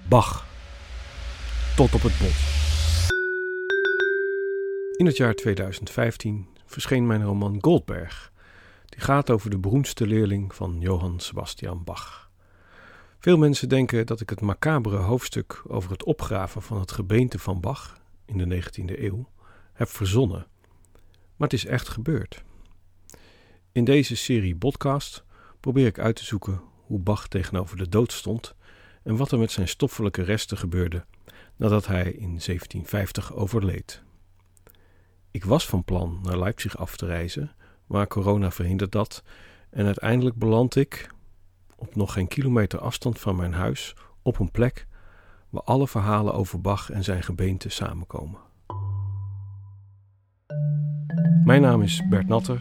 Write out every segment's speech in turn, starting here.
Bach. Tot op het bot. In het jaar 2015 verscheen mijn roman Goldberg. Die gaat over de beroemdste leerling van Johann Sebastian Bach. Veel mensen denken dat ik het macabere hoofdstuk over het opgraven van het gebeente van Bach in de 19e eeuw heb verzonnen. Maar het is echt gebeurd. In deze serie podcast probeer ik uit te zoeken hoe Bach tegenover de dood stond en wat er met zijn stoffelijke resten gebeurde nadat hij in 1750 overleed. Ik was van plan naar Leipzig af te reizen, maar corona verhindert dat en uiteindelijk beland ik, op nog geen kilometer afstand van mijn huis, op een plek waar alle verhalen over Bach en zijn gebeente samenkomen. Mijn naam is Bert Natter.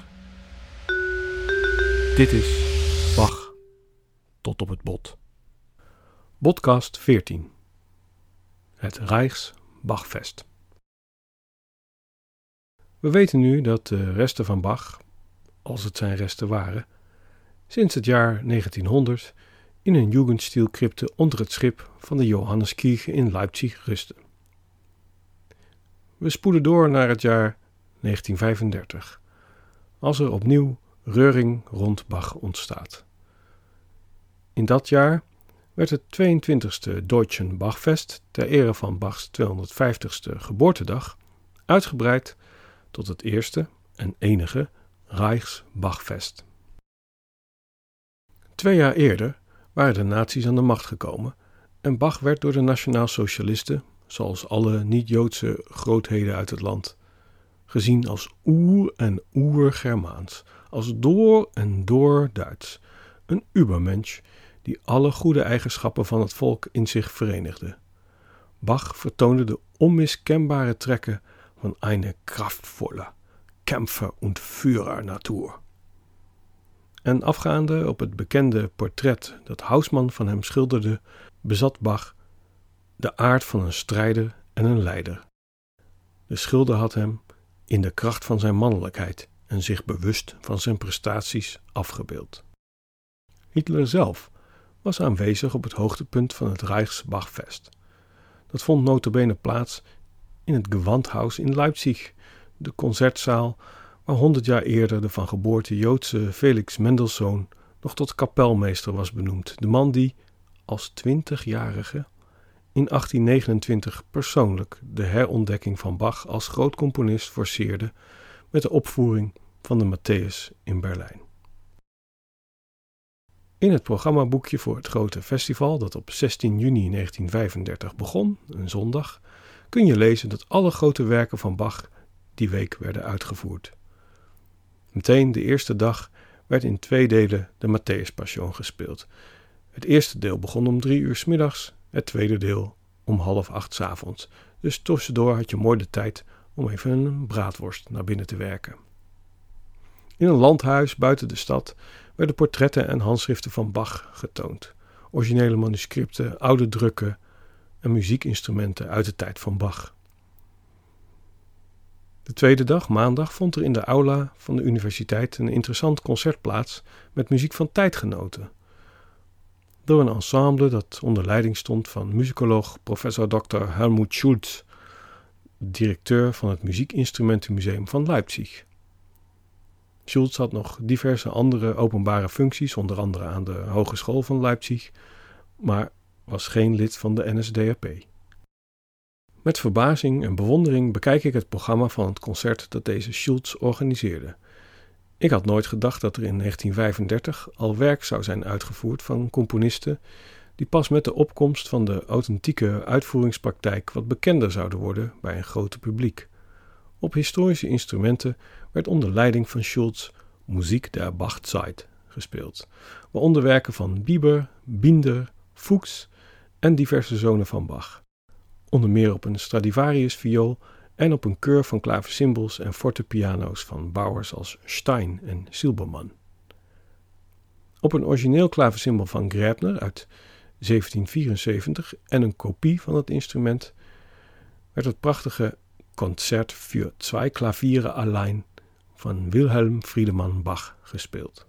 Dit is Bach tot op het bot. Podcast 14. Het Rijksbachfest. We weten nu dat de resten van Bach, als het zijn resten waren, sinds het jaar 1900 in een Jugendstilcrypte onder het schip van de Johanneskirche in Leipzig rusten. We spoeden door naar het jaar 1935, als er opnieuw reuring rond Bach ontstaat. In dat jaar werd het 22e Deutschen Bachfest ter ere van Bachs 250ste geboortedag uitgebreid tot het eerste en enige Rijksbachfest. 2 jaar eerder waren de nazi's aan de macht gekomen en Bach werd door de nationaal-socialisten, zoals alle niet-Joodse grootheden uit het land, gezien als oer- en oer-Germaans, als door en door Duits, een Übermensch die alle goede eigenschappen van het volk in zich verenigde. Bach vertoonde de onmiskenbare trekken van eine kraftvolle Kämpfer- und Führer-Natur. En afgaande op het bekende portret dat Haussmann van hem schilderde, bezat Bach de aard van een strijder en een leider. De schilder had hem in de kracht van zijn mannelijkheid en zich bewust van zijn prestaties afgebeeld. Hitler zelf was aanwezig op het hoogtepunt van het Rijksbachfest. Dat vond nota bene plaats in het Gewandhaus in Leipzig, de concertzaal waar 100 jaar eerder de van geboorte Joodse Felix Mendelssohn nog tot kapelmeester was benoemd. De man die, als 20-jarige, in 1829 persoonlijk de herontdekking van Bach als groot componist forceerde met de opvoering van de Matthäus in Berlijn. In het programmaboekje voor het grote festival, dat op 16 juni 1935 begon, een zondag, kun je lezen dat alle grote werken van Bach die week werden uitgevoerd. Meteen de eerste dag werd in 2 delen de Matthäus-passion gespeeld. Het eerste deel begon om 3 uur 's middags, het tweede deel om 7:30 's avonds. Dus tussendoor had je mooi de tijd om even een braadworst naar binnen te werken. In een landhuis buiten de stad werden portretten en handschriften van Bach getoond. Originele manuscripten, oude drukken en muziekinstrumenten uit de tijd van Bach. De tweede dag, maandag, vond er in de aula van de universiteit een interessant concert plaats met muziek van tijdgenoten. Door een ensemble dat onder leiding stond van muzikoloog professor Dr. Helmut Schulz, directeur van het Muziekinstrumentenmuseum van Leipzig. Schulz had nog diverse andere openbare functies, onder andere aan de Hogeschool van Leipzig, maar was geen lid van de NSDAP. Met verbazing en bewondering bekijk ik het programma van het concert dat deze Schulz organiseerde. Ik had nooit gedacht dat er in 1935 al werk zou zijn uitgevoerd van componisten die pas met de opkomst van de authentieke uitvoeringspraktijk wat bekender zouden worden bij een groot publiek. Op historische instrumenten werd onder leiding van Schulz Musik der Bachzeit gespeeld, waaronder werken van Bieber, Binder, Fuchs en diverse zonen van Bach. Onder meer op een Stradivarius viool en op een keur van klaversymbals en fortepiano's van bouwers als Stein en Silbermann. Op een origineel klaversymbal van Graebner uit 1774 en een kopie van het instrument werd het prachtige Concert für 2 Klaviere allein van Wilhelm Friedemann Bach gespeeld.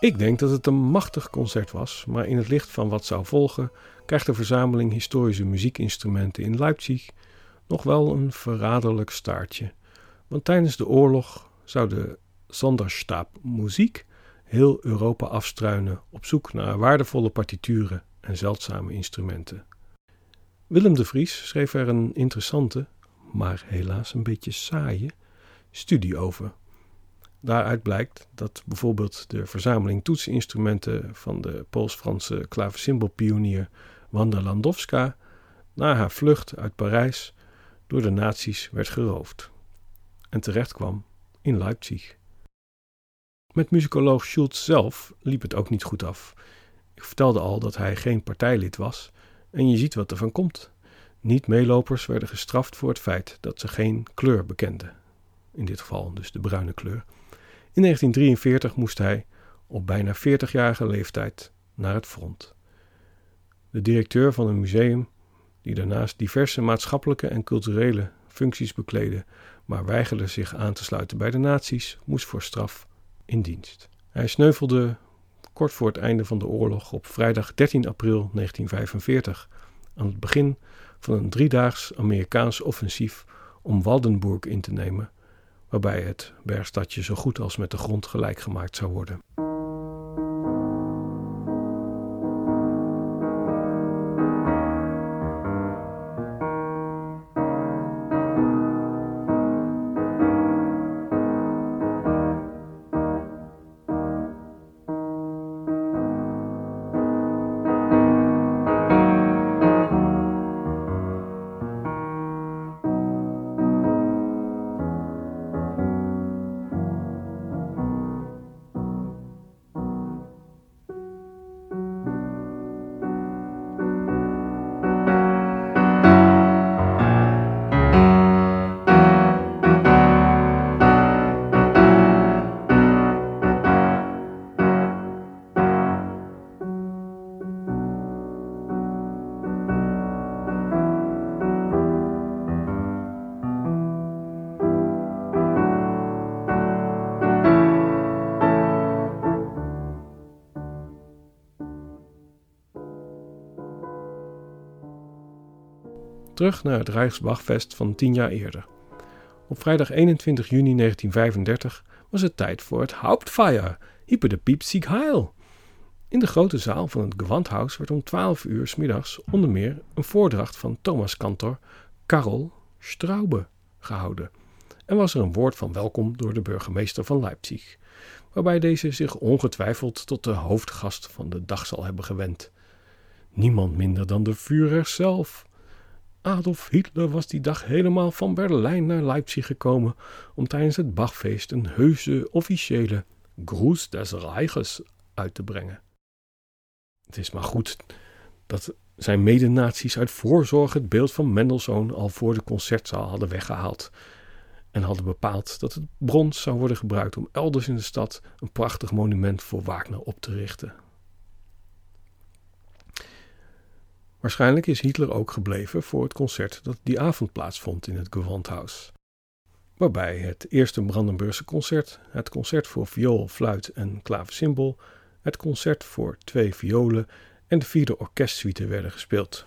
Ik denk dat het een machtig concert was, maar in het licht van wat zou volgen krijgt de verzameling historische muziekinstrumenten in Leipzig nog wel een verraderlijk staartje. Want tijdens de oorlog zou de Sonderstab Muziek heel Europa afstruinen op zoek naar waardevolle partituren en zeldzame instrumenten. Willem de Vries schreef er een interessante, maar helaas een beetje saaie, studie over. Daaruit blijkt dat bijvoorbeeld de verzameling toetsinstrumenten van de Pools-Franse klaversymbelpionier Wanda Landowska na haar vlucht uit Parijs door de nazi's werd geroofd en terecht kwam in Leipzig. Met muzikoloog Schultz zelf liep het ook niet goed af. Ik vertelde al dat hij geen partijlid was en je ziet wat er van komt. Niet-meelopers werden gestraft voor het feit dat ze geen kleur bekenden. In dit geval dus de bruine kleur. In 1943 moest hij op bijna 40-jarige leeftijd naar het front. De directeur van een museum, die daarnaast diverse maatschappelijke en culturele functies bekleedde, maar weigerde zich aan te sluiten bij de nazi's, moest voor straf in dienst. Hij sneuvelde kort voor het einde van de oorlog op vrijdag 13 april 1945 aan het begin van een 3-daags Amerikaans offensief om Waldenburg in te nemen, waarbij het bergstadje zo goed als met de grond gelijk gemaakt zou worden. Terug naar het Rijksbachfest van 10 jaar eerder. Op vrijdag 21 juni 1935 was het tijd voor het Hauptfeier, Hippe de Piep Sieg Heil. In de grote zaal van het Gewandhaus werd om 12 uur 's middags onder meer een voordracht van Thomaskantor Karl Straube gehouden. En was er een woord van welkom door de burgemeester van Leipzig, waarbij deze zich ongetwijfeld tot de hoofdgast van de dag zal hebben gewend. Niemand minder dan de Führer zelf. Adolf Hitler was die dag helemaal van Berlijn naar Leipzig gekomen om tijdens het Bachfeest een heuse officiële Gruß des Reiches uit te brengen. Het is maar goed dat zijn medenazi's uit voorzorg het beeld van Mendelssohn al voor de concertzaal hadden weggehaald en hadden bepaald dat het brons zou worden gebruikt om elders in de stad een prachtig monument voor Wagner op te richten. Waarschijnlijk is Hitler ook gebleven voor het concert dat die avond plaatsvond in het Gewandhaus, waarbij het eerste Brandenburgse concert, het concert voor viool, fluit en klaversymbol, het concert voor 2 violen en de 4e orkestsuite werden gespeeld.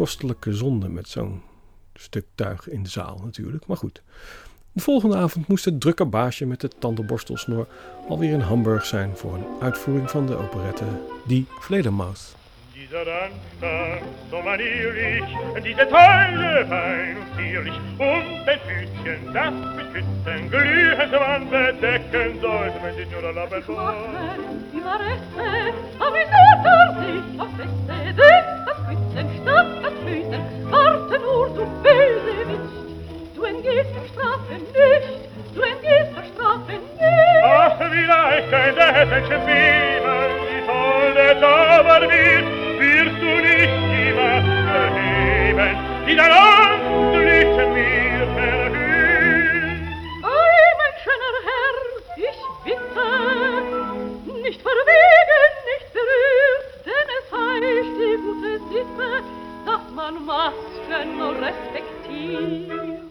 kostelijke zonde met zo'n stuk tuig in de zaal natuurlijk, maar goed. De volgende avond moest het drukke baasje met de tandenborstelsnor alweer in Hamburg zijn voor een uitvoering van de operette Die Fledermaus. Dieser Ranker, so manierlich, diese Teile fein und zierlich, und ein Hütchen, das mit Hütten glühend man bedecken sollte, wenn sich nur erlauben soll. Die Maresse, aber so sich auf Feste, das Küssen statt das Flöten, warte nur, du Bösewicht, du entgehst der Strafe nicht, du entgehst der Strafe nicht. Ach, wie leicht ein Dättelchen Bienen, die Solde aber wirst du nicht die Macht erheben, die dein Antlitz mir verhüllt. Ei, mein schöner Herr, ich bitte, nicht verwegen, nicht berührt, denn es heißt die gute Sitte, dass man Masken respektiert.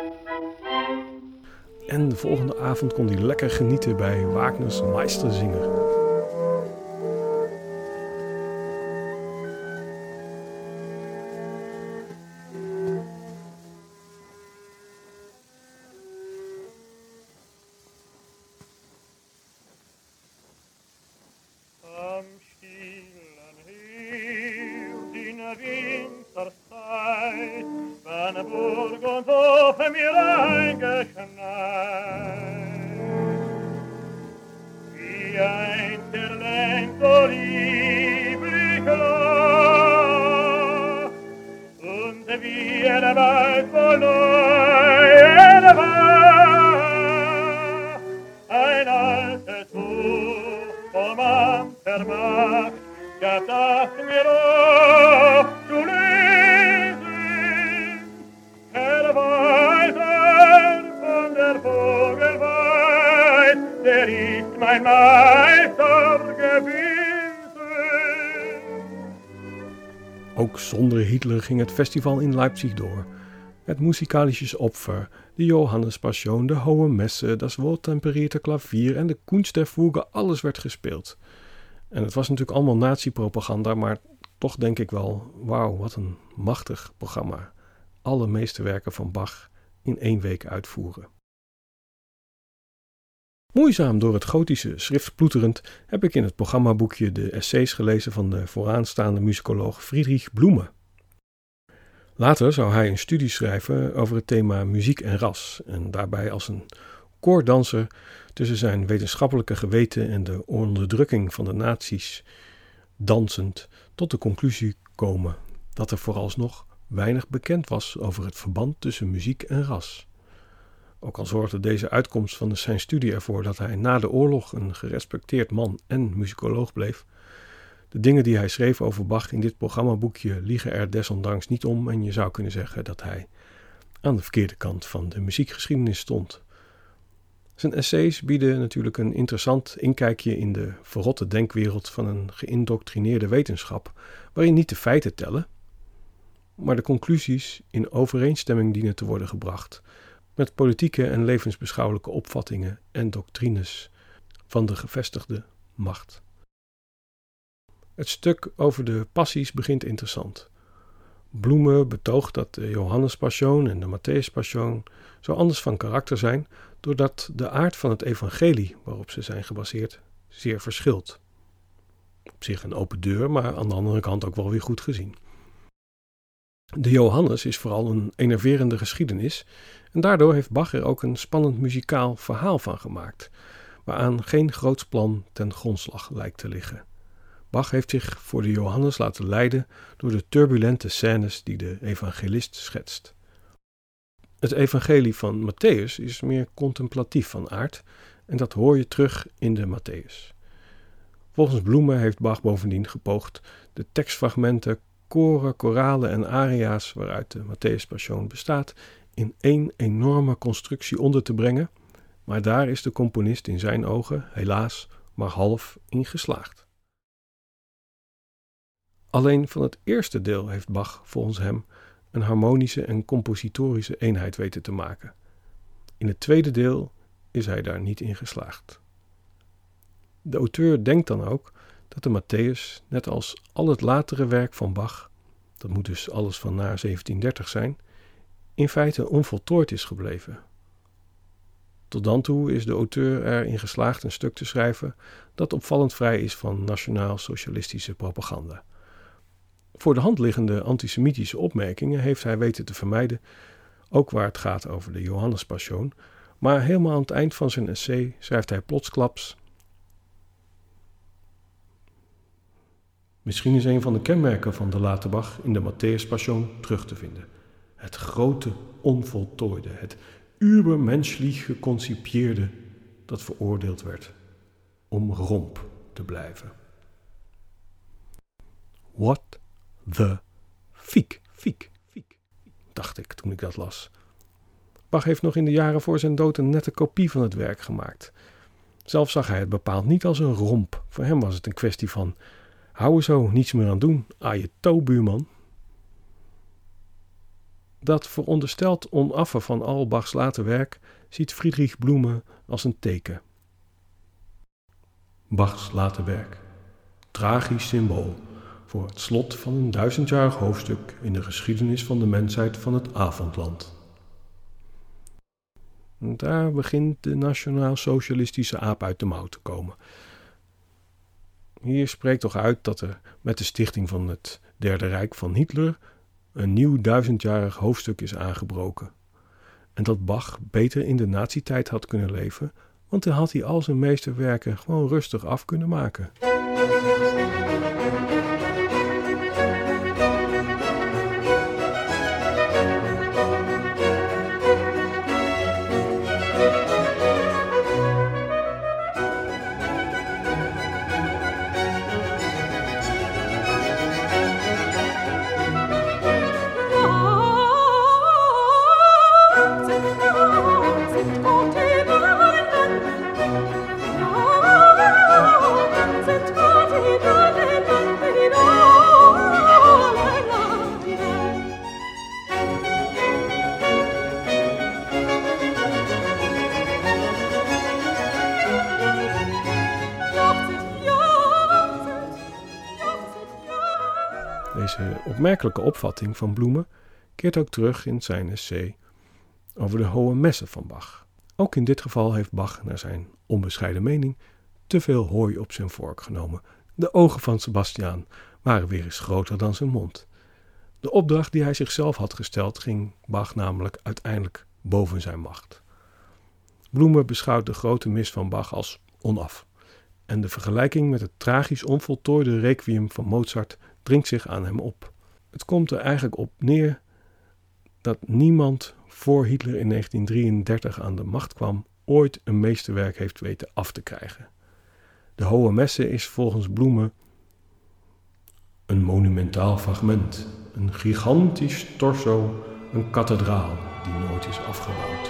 En de volgende avond kon hij lekker genieten bij Wagners Meistersinger. Am stillen Hirt in Winterzeit, wenn Burg und Hof mir eingeschneit, wie ein Terlenk so lieblich lag, und wie eine Welt voll Neuen war, ein altes Tuch voll mancher Macht, gab das mir auch zu lesen, Herr Walter von der Vogelweid, der ist mein Meister gewesen. Ook zonder Hitler ging het festival in Leipzig door. Het musikalisches Opfer, de Johannespassion, de Hohe Messe, das wohltemperierte Klavier en de Kunst der Fuge, alles werd gespeeld. En het was natuurlijk allemaal nazi-propaganda, maar toch denk ik wel, wauw, wat een machtig programma. Alle meesterwerken van Bach in 1 week uitvoeren. Moeizaam door het gotische schrift ploeterend heb ik in het programmaboekje de essays gelezen van de vooraanstaande musicoloog Friedrich Blume. Later zou hij een studie schrijven over het thema muziek en ras en daarbij als een koordanser tussen zijn wetenschappelijke geweten en de onderdrukking van de nazi's dansend tot de conclusie komen dat er vooralsnog weinig bekend was over het verband tussen muziek en ras. Ook al zorgde deze uitkomst van zijn studie ervoor dat hij na de oorlog een gerespecteerd man en musicoloog bleef, de dingen die hij schreef over Bach in dit programmaboekje liegen er desondanks niet om en je zou kunnen zeggen dat hij aan de verkeerde kant van de muziekgeschiedenis stond. Zijn essays bieden natuurlijk een interessant inkijkje in de verrotte denkwereld van een geïndoctrineerde wetenschap, waarin niet de feiten tellen, maar de conclusies in overeenstemming dienen te worden gebracht met politieke en levensbeschouwelijke opvattingen en doctrines van de gevestigde macht. Het stuk over de passies begint interessant. Blume betoogt dat de Johannespassion en de Matthäuspassion zo anders van karakter zijn, doordat de aard van het evangelie waarop ze zijn gebaseerd zeer verschilt. Op zich een open deur, maar aan de andere kant ook wel weer goed gezien. De Johannes is vooral een enerverende geschiedenis en daardoor heeft Bach er ook een spannend muzikaal verhaal van gemaakt, waaraan geen groots plan ten grondslag lijkt te liggen. Bach heeft zich voor de Johannes laten leiden door de turbulente scènes die de evangelist schetst. Het evangelie van Matthäus is meer contemplatief van aard en dat hoor je terug in de Matthäus. Volgens Blume heeft Bach bovendien gepoogd de tekstfragmenten, koren, koralen en aria's waaruit de Matthäuspassion bestaat in 1 enorme constructie onder te brengen, maar daar is de componist in zijn ogen helaas maar half in geslaagd. Alleen van het eerste deel heeft Bach volgens hem een harmonische en compositorische eenheid weten te maken. In het tweede deel is hij daar niet in geslaagd. De auteur denkt dan ook dat de Matthäus, net als al het latere werk van Bach, dat moet dus alles van na 1730 zijn, in feite onvoltooid is gebleven. Tot dan toe is de auteur erin geslaagd een stuk te schrijven dat opvallend vrij is van nationaal-socialistische propaganda. Voor de hand liggende antisemitische opmerkingen heeft hij weten te vermijden, ook waar het gaat over de Johannespassion, maar helemaal aan het eind van zijn essay schrijft hij plotsklaps: misschien is een van de kenmerken van de late Bach in de Matthäus-passion terug te vinden. Het grote onvoltooide, het übermenschlich geconcipieerde dat veroordeeld werd om romp te blijven. What the fiek, dacht ik toen ik dat las. Bach heeft nog in de jaren voor zijn dood een nette kopie van het werk gemaakt. Zelf zag hij het bepaald niet als een romp. Voor hem was het een kwestie van: hou er zo, niets meer aan doen, aan je toe, buurman. Dat verondersteld onaffe van al Bachs late werk ziet Friedrich Blume als een teken. Bachs late werk, tragisch symbool voor het slot van een 1000-jarig hoofdstuk in de geschiedenis van de mensheid van het avondland. En daar begint de nationaal-socialistische aap uit de mouw te komen. Hier spreekt toch uit dat er met de stichting van het Derde Rijk van Hitler een nieuw 1000-jarig hoofdstuk is aangebroken. En dat Bach beter in de nazi-tijd had kunnen leven, want dan had hij al zijn meesterwerken gewoon rustig af kunnen maken. Deze opmerkelijke opvatting van Blume keert ook terug in zijn essay over de Hohe Messe van Bach. Ook in dit geval heeft Bach, naar zijn onbescheiden mening, te veel hooi op zijn vork genomen. De ogen van Sebastiaan waren weer eens groter dan zijn mond. De opdracht die hij zichzelf had gesteld ging Bach namelijk uiteindelijk boven zijn macht. Blume beschouwt de grote mis van Bach als onaf. En de vergelijking met het tragisch onvoltooide requiem van Mozart dringt zich aan hem op. Het komt er eigenlijk op neer dat niemand voor Hitler in 1933 aan de macht kwam ooit een meesterwerk heeft weten af te krijgen. De Hohe Messe is volgens Blume een monumentaal fragment, een gigantisch torso, een kathedraal die nooit is afgebouwd.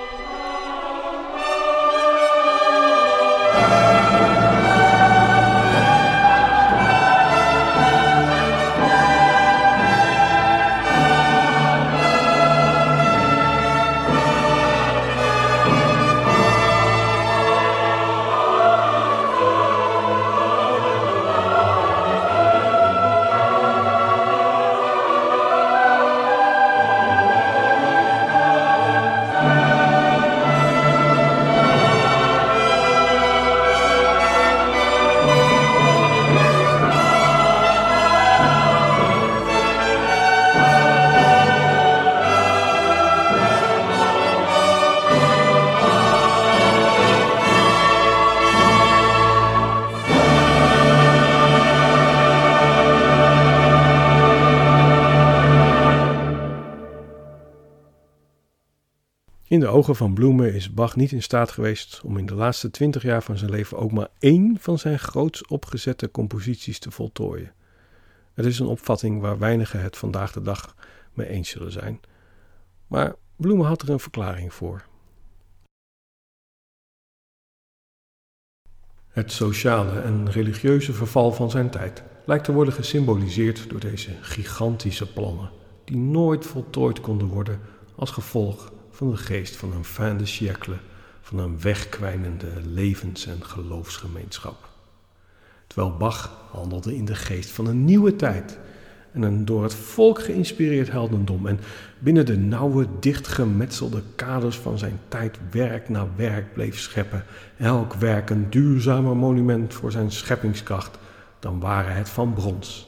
In de ogen van Blume is Bach niet in staat geweest om in de laatste 20 jaar van zijn leven ook maar één van zijn groots opgezette composities te voltooien. Het is een opvatting waar weinigen het vandaag de dag mee eens zullen zijn. Maar Blume had er een verklaring voor. Het sociale en religieuze verval van zijn tijd lijkt te worden gesymboliseerd door deze gigantische plannen, die nooit voltooid konden worden als gevolg van de geest van een fin de siècle, van een wegkwijnende levens- en geloofsgemeenschap. Terwijl Bach handelde in de geest van een nieuwe tijd, en een door het volk geïnspireerd heldendom. En binnen de nauwe, dichtgemetselde kaders van zijn tijd werk na werk bleef scheppen. Elk werk een duurzamer monument voor zijn scheppingskracht dan waren het van brons.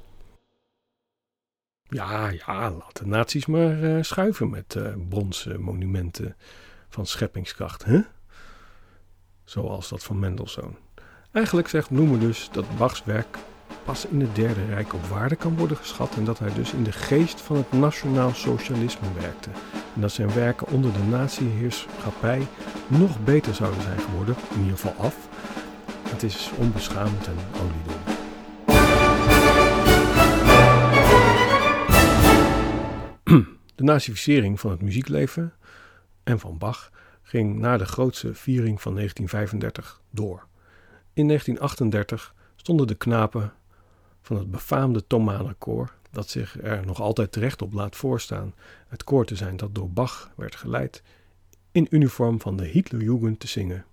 Ja, laten naties maar schuiven met bronzen monumenten van scheppingskracht, hè? Zoals dat van Mendelssohn. Eigenlijk zegt Bloemen dus dat Bachs werk pas in het Derde Rijk op waarde kan worden geschat en dat hij dus in de geest van het nationaal socialisme werkte. En dat zijn werken onder de nazi-heerschappij nog beter zouden zijn geworden, in ieder geval af. Het is onbeschaamd en oliedom. De nazificering van het muziekleven en van Bach ging na de grootste viering van 1935 door. In 1938 stonden de knapen van het befaamde Thomanerkoor, dat zich er nog altijd terecht op laat voorstaan het koor te zijn dat door Bach werd geleid, in uniform van de Hitlerjugend te zingen.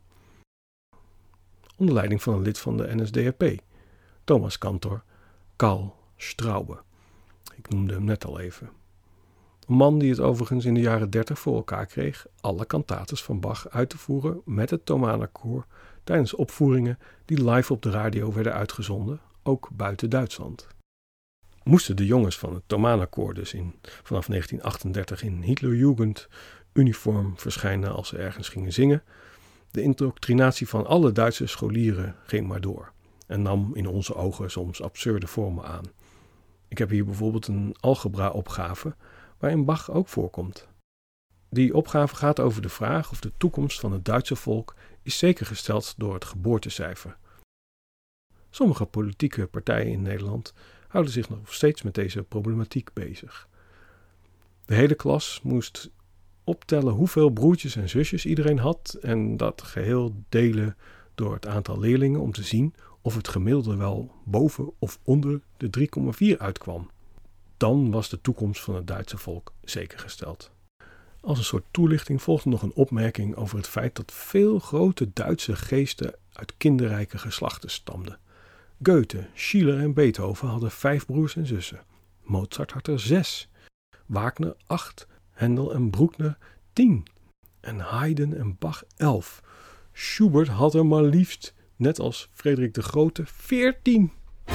Onder leiding van een lid van de NSDAP, Thomas Cantor, Karl Straube. Ik noemde hem net al even. Een man die het overigens in de jaren 30 voor elkaar kreeg alle kantates van Bach uit te voeren met het Thomanerkoor tijdens opvoeringen die live op de radio werden uitgezonden, ook buiten Duitsland. Moesten de jongens van het Thomanerkoor dus vanaf 1938 in Hitlerjugend uniform verschijnen als ze ergens gingen zingen. De indoctrinatie van alle Duitse scholieren ging maar door en nam in onze ogen soms absurde vormen aan. Ik heb hier bijvoorbeeld een algebra-opgave waarin Bach ook voorkomt. Die opgave gaat over de vraag of de toekomst van het Duitse volk is zeker gesteld door het geboortecijfer. Sommige politieke partijen in Nederland houden zich nog steeds met deze problematiek bezig. De hele klas moest optellen hoeveel broertjes en zusjes iedereen had en dat geheel delen door het aantal leerlingen om te zien of het gemiddelde wel boven of onder de 3,4 uitkwam. Dan was de toekomst van het Duitse volk zeker gesteld. Als een soort toelichting volgde nog een opmerking over het feit dat veel grote Duitse geesten uit kinderrijke geslachten stamden. Goethe, Schiller en Beethoven hadden 5 broers en zussen. Mozart had er 6. Wagner 8. Händel en Bruckner 10. En Haydn en Bach 11. Schubert had er maar liefst, net als Frederik de Grote, 14.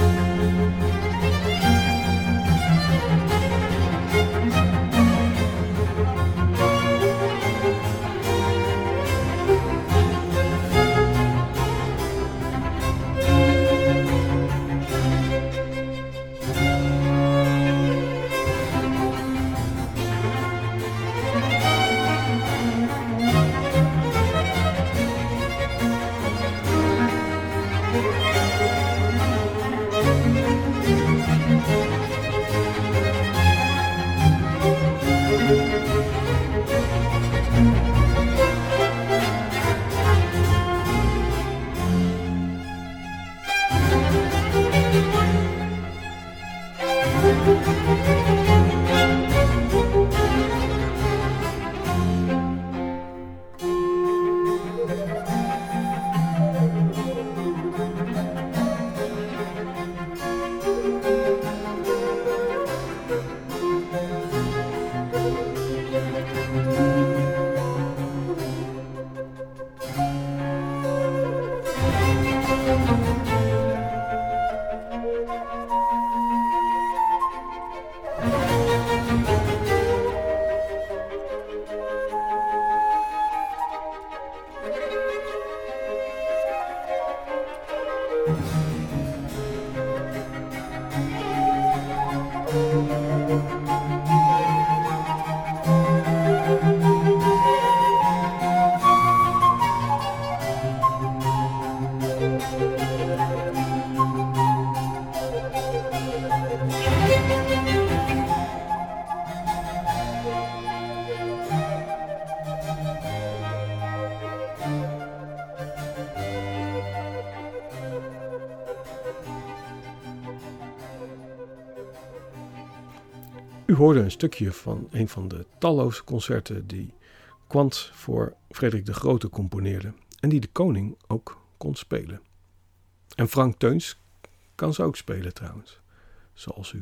U hoorde een stukje van een van de talloze concerten die Quantz voor Frederik de Grote componeerde en die de koning ook kon spelen. En Frank Teuns kan ze ook spelen trouwens, zoals u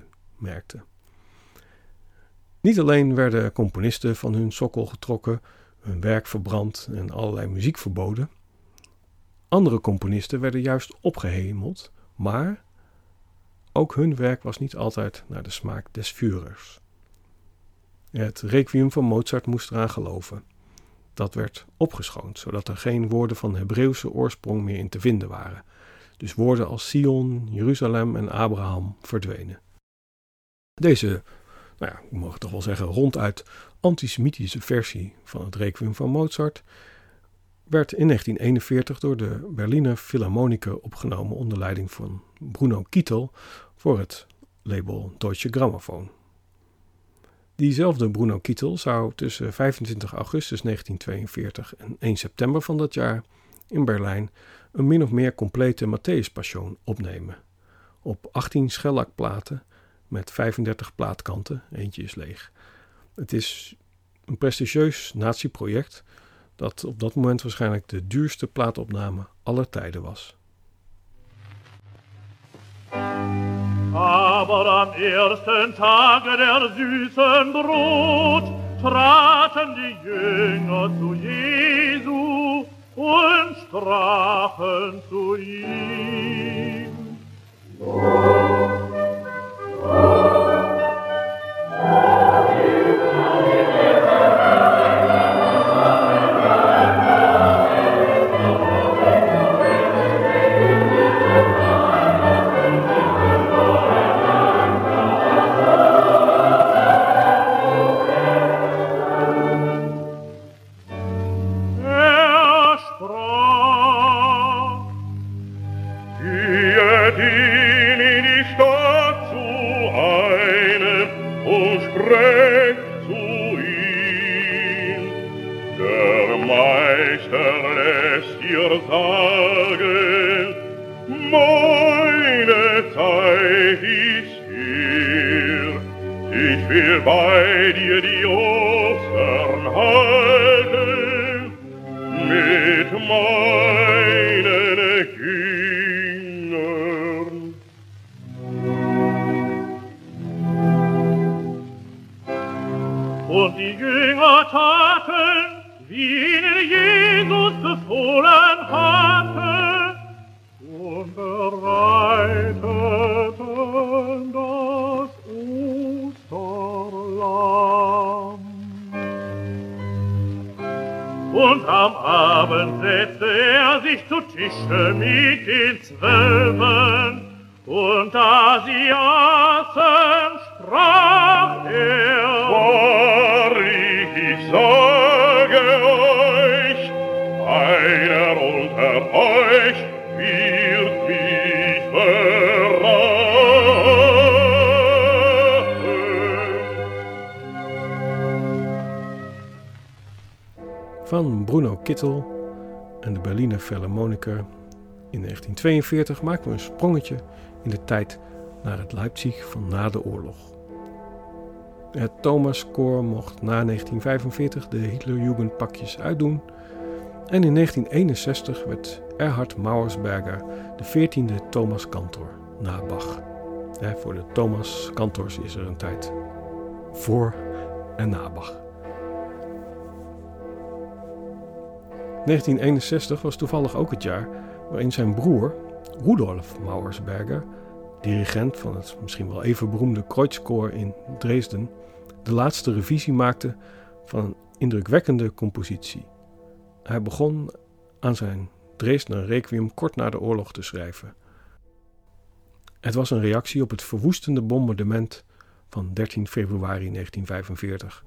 kenmerkte. Niet alleen werden componisten van hun sokkel getrokken, hun werk verbrand en allerlei muziek verboden. Andere componisten werden juist opgehemeld, maar ook hun werk was niet altijd naar de smaak des Führers. Het requiem van Mozart moest eraan geloven. Dat werd opgeschoond, zodat er geen woorden van Hebreeuwse oorsprong meer in te vinden waren. Dus woorden als Sion, Jeruzalem en Abraham verdwenen. Deze, we mogen toch wel zeggen, ronduit antisemitische versie van het requiem van Mozart werd in 1941 door de Berliner Philharmoniker opgenomen onder leiding van Bruno Kittel voor het label Deutsche Grammophon. Diezelfde Bruno Kittel zou tussen 25 augustus 1942 en 1 september van dat jaar in Berlijn een min of meer complete Matthäus-passion opnemen. Op 18 schellakplaten met 35 plaatkanten, eentje is leeg. Het is een prestigieus nazi-project dat op dat moment waarschijnlijk de duurste plaatopname aller tijden was. Aber am ersten Tage der süßen Brot traten die Jünger zu Jesu und sprachen zu ihm. Bei dir die Ostern halten mit meinen Kindern. Und die Jünger taten, wie ihnen Jesus befohlen hatte, und bereiteten das Osterlamm. Und am Abend setzte sich zu Tische mit den 12, und da sie aßen, sprach wahrlich, ich sage euch, einer unter euch wird mich verraten. Van Bruno Kittel en de Berliner Philharmoniker in 1942 maken we een sprongetje in de tijd naar het Leipzig van na de oorlog. Het Thomaskoor mocht na 1945 de Hitlerjugendpakjes uitdoen en in 1961 werd Erhard Mauersberger de 14e Thomas Cantor na Bach. Voor de Thomas Cantors is er een tijd voor en na Bach. 1961 was toevallig ook het jaar waarin zijn broer, Rudolf Mauersberger, dirigent van het misschien wel even beroemde Kreuzkoor in Dresden, de laatste revisie maakte van een indrukwekkende compositie. Hij begon aan zijn Dresdner Requiem kort na de oorlog te schrijven. Het was een reactie op het verwoestende bombardement van 13 februari 1945.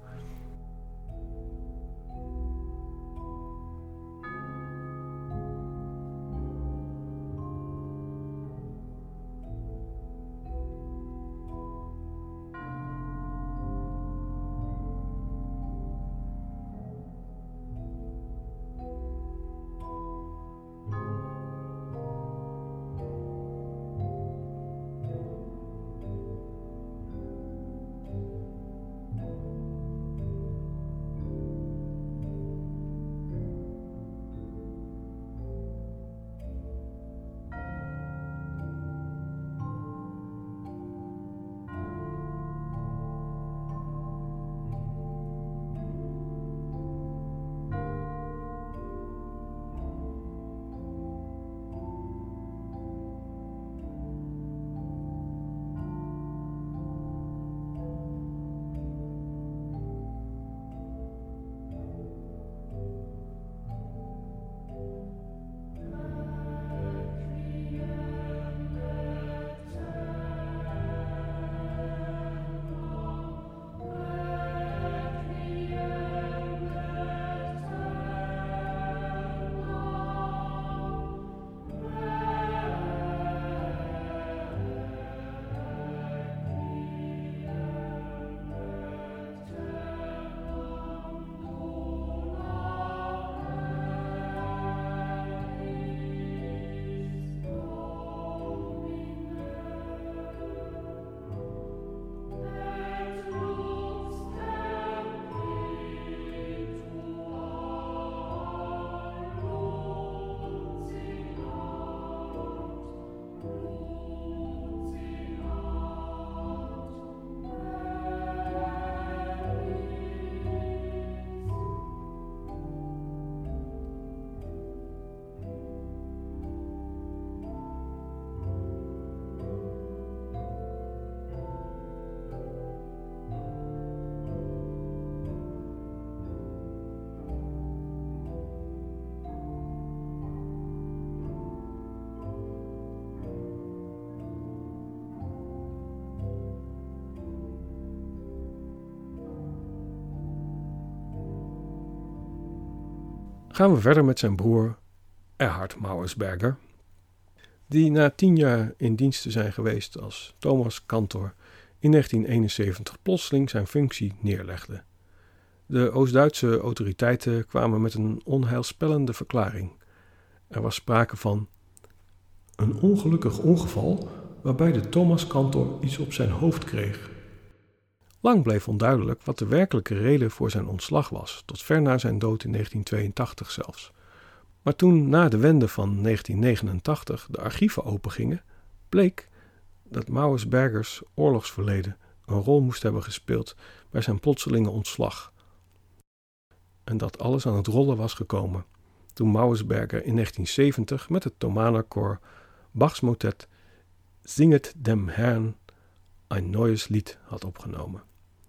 gaan we verder met zijn broer Erhard Mauersberger, die na 10 jaar in dienst te zijn geweest als Thomas Cantor in 1971 plotseling zijn functie neerlegde. De Oost-Duitse autoriteiten kwamen met een onheilspellende verklaring. Er was sprake van een ongelukkig ongeval waarbij de Thomas Cantor iets op zijn hoofd kreeg. Lang bleef onduidelijk wat de werkelijke reden voor zijn ontslag was, tot ver na zijn dood in 1982 zelfs. Maar toen na de wende van 1989 de archieven opengingen, bleek dat Mauersbergers oorlogsverleden een rol moest hebben gespeeld bij zijn plotselinge ontslag. En dat alles aan het rollen was gekomen toen Mauersberger in 1970 met het Thomaner Chor Bachs motet Singet dem Herrn ein neues Lied had opgenomen.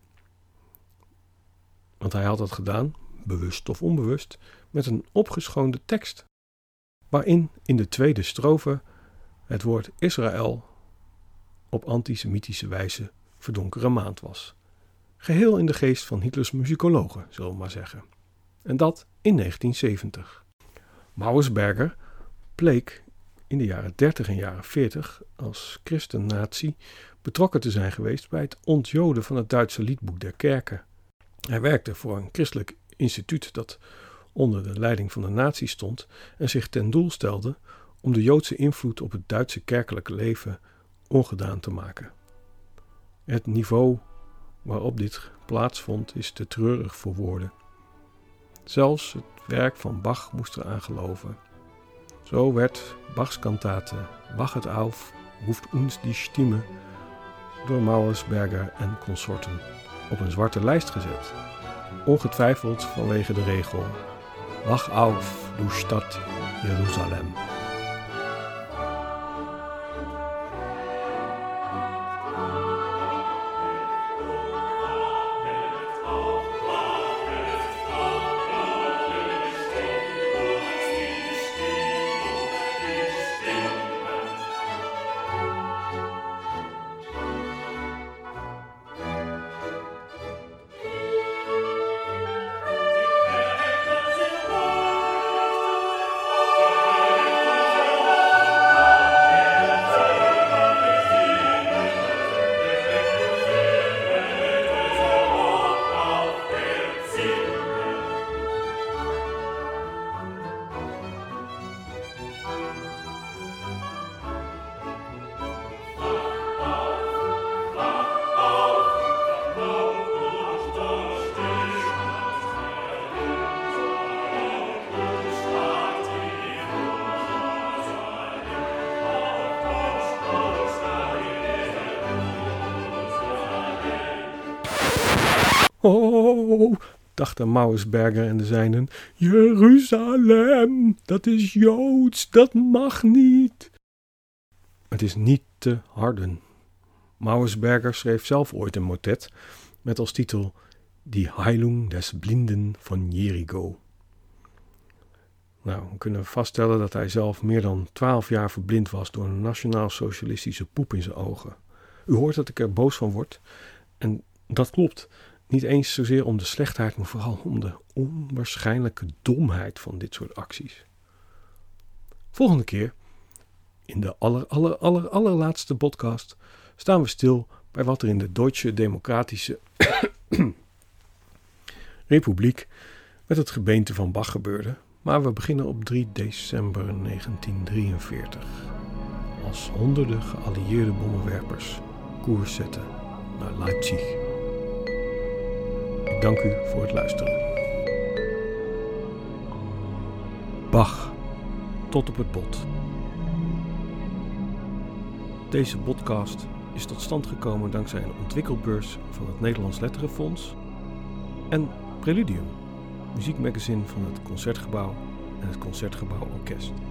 Want hij had dat gedaan, bewust of onbewust, met een opgeschoonde tekst, waarin in de tweede strofe het woord Israël op antisemitische wijze verdonkere maand was. Geheel in de geest van Hitlers muzikologen, zullen we maar zeggen. En dat in 1970. Mauersberger bleek in de jaren 30 en jaren 40 als christen-nazi betrokken te zijn geweest bij het ontjoden van het Duitse liedboek der kerken. Hij werkte voor een christelijk instituut dat onder de leiding van de nazi's stond en zich ten doel stelde om de Joodse invloed op het Duitse kerkelijke leven ongedaan te maken. Het niveau waarop dit plaatsvond is te treurig voor woorden. Zelfs het werk van Bach moest eraan geloven. Zo werd Bachs kantate Wachet auf, ruft uns die Stimme door Mauersberger en consorten op een zwarte lijst gezet. Ongetwijfeld vanwege de regel Wach auf, du Stadt Jeruzalem. Oh, dachten Mauersberger en de zijnen. Jeruzalem, dat is Joods, dat mag niet. Het is niet te harden. Mauersberger schreef zelf ooit een motet met als titel Die Heilung des Blinden von Jericho. Nou, we kunnen vaststellen dat hij zelf meer dan 12 jaar verblind was door een nationaal-socialistische poep in zijn ogen. U hoort dat ik er boos van word. En dat klopt. Niet eens zozeer om de slechtheid, maar vooral om de onwaarschijnlijke domheid van dit soort acties. Volgende keer, in de allerlaatste podcast, staan we stil bij wat er in de Duitse Democratische Republiek met het gebeente van Bach gebeurde. Maar we beginnen op 3 december 1943, als honderden geallieerde bommenwerpers koers zetten naar Leipzig. Ik dank u voor het luisteren. Bach, tot op het bot. Deze podcast is tot stand gekomen dankzij een ontwikkelbeurs van het Nederlands Letterenfonds en Preludium, muziekmagazine van het Concertgebouw en het Concertgebouw Orkest.